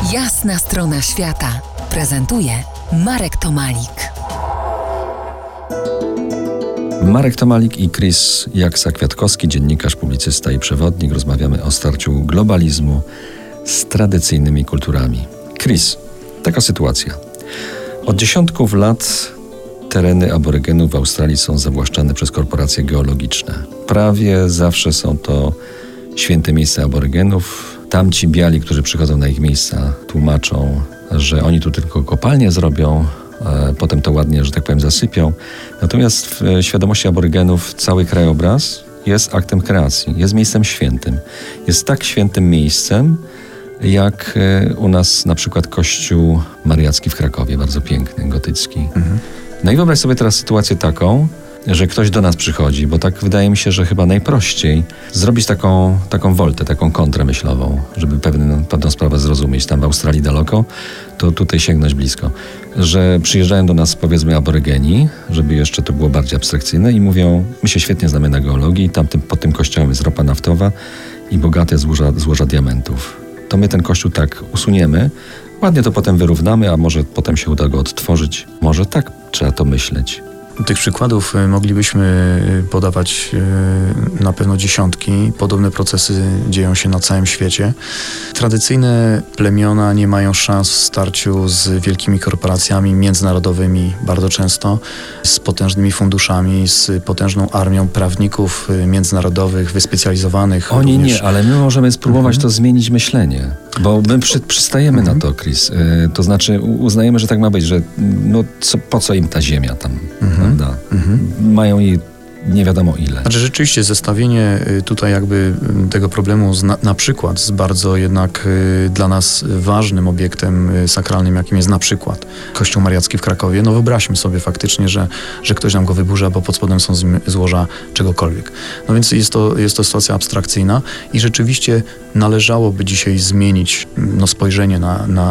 Jasna strona świata prezentuje Marek Tomalik. Marek Tomalik i Chris Jaksa-Kwiatkowski, dziennikarz, publicysta i przewodnik. Rozmawiamy o starciu globalizmu z tradycyjnymi kulturami. Chris, taka sytuacja. Od dziesiątków lat tereny aborygenów w Australii są zawłaszczane przez korporacje geologiczne. Prawie zawsze są to święte miejsca aborygenów. Tamci biali, którzy przychodzą na ich miejsca, tłumaczą, że oni tu tylko kopalnie zrobią, potem to ładnie, że tak powiem, zasypią. Natomiast w świadomości aborygenów cały krajobraz jest aktem kreacji, jest miejscem świętym. Jest tak świętym miejscem, jak u nas na przykład kościół mariacki w Krakowie, bardzo piękny, gotycki. No i wyobraź sobie teraz sytuację taką, że ktoś do nas przychodzi, bo tak wydaje mi się, że chyba najprościej zrobić taką woltę, taką kontrę myślową, żeby pewną sprawę zrozumieć. Tam w Australii daleko, to tutaj sięgnąć blisko. Że przyjeżdżają do nas, powiedzmy, aborygeni, żeby jeszcze to było bardziej abstrakcyjne i mówią, my się świetnie znamy na geologii, pod tym kościołem jest ropa naftowa i bogate złoża diamentów. To my ten kościół tak usuniemy, ładnie to potem wyrównamy, a może potem się uda go odtworzyć. Może tak trzeba to myśleć. Tych przykładów moglibyśmy podawać na pewno dziesiątki. Podobne procesy dzieją się na całym świecie. Tradycyjne plemiona nie mają szans w starciu z wielkimi korporacjami międzynarodowymi bardzo często, z potężnymi funduszami, z potężną armią prawników międzynarodowych, wyspecjalizowanych. Oni również. Nie, ale my możemy spróbować to zmienić myślenie. Bo my przystajemy na to, Chris. To znaczy uznajemy, że tak ma być, że po co im ta ziemia tam, prawda? Mają jej nie wiadomo ile. Znaczy rzeczywiście zestawienie tutaj jakby tego problemu na przykład z bardzo jednak dla nas ważnym obiektem sakralnym, jakim jest na przykład Kościół Mariacki w Krakowie, no wyobraźmy sobie faktycznie, że ktoś nam go wyburza, bo pod spodem są złoża czegokolwiek. No więc jest to sytuacja abstrakcyjna i rzeczywiście należałoby dzisiaj zmienić spojrzenie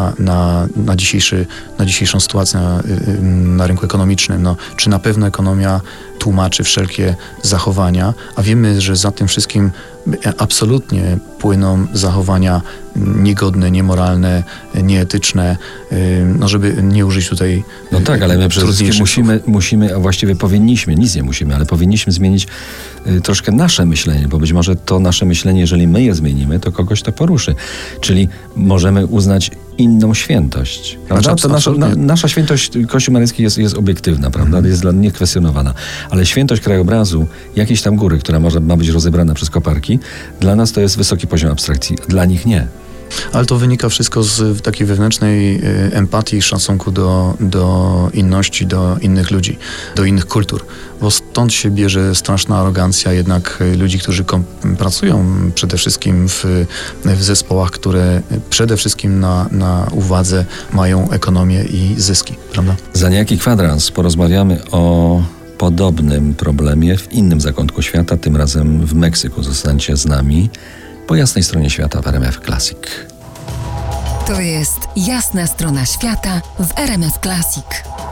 na dzisiejszą sytuację na rynku ekonomicznym. Czy na pewno ekonomia tłumaczy wszelkie zachowania, a wiemy, że za tym wszystkim absolutnie płyną zachowania niegodne, niemoralne, nieetyczne, żeby nie użyć tutaj tak, ale my przede wszystkim musimy, a właściwie powinniśmy, nic nie musimy, ale powinniśmy zmienić troszkę nasze myślenie, bo być może to nasze myślenie, jeżeli my je zmienimy, to kogoś to poruszy. Czyli możemy uznać inną świętość. Nasza świętość Kościół Mariacki jest obiektywna, prawda? Jest niekwestionowana. Ale świętość krajobrazu, jakiejś tam góry, która ma być rozebrana przez koparki, dla nas to jest wysoki poziom abstrakcji, dla nich nie. Ale to wynika wszystko z takiej wewnętrznej empatii i szacunku do inności, do innych ludzi, do innych kultur. Bo stąd się bierze straszna arogancja jednak ludzi, którzy pracują przede wszystkim w zespołach, które przede wszystkim na uwadze mają ekonomię i zyski, prawda? Za niejaki kwadrans porozmawiamy o podobnym problemie w innym zakątku świata, tym razem w Meksyku. Zostańcie z nami po jasnej stronie świata w RMF Classic. To jest Jasna strona świata w RMF Classic.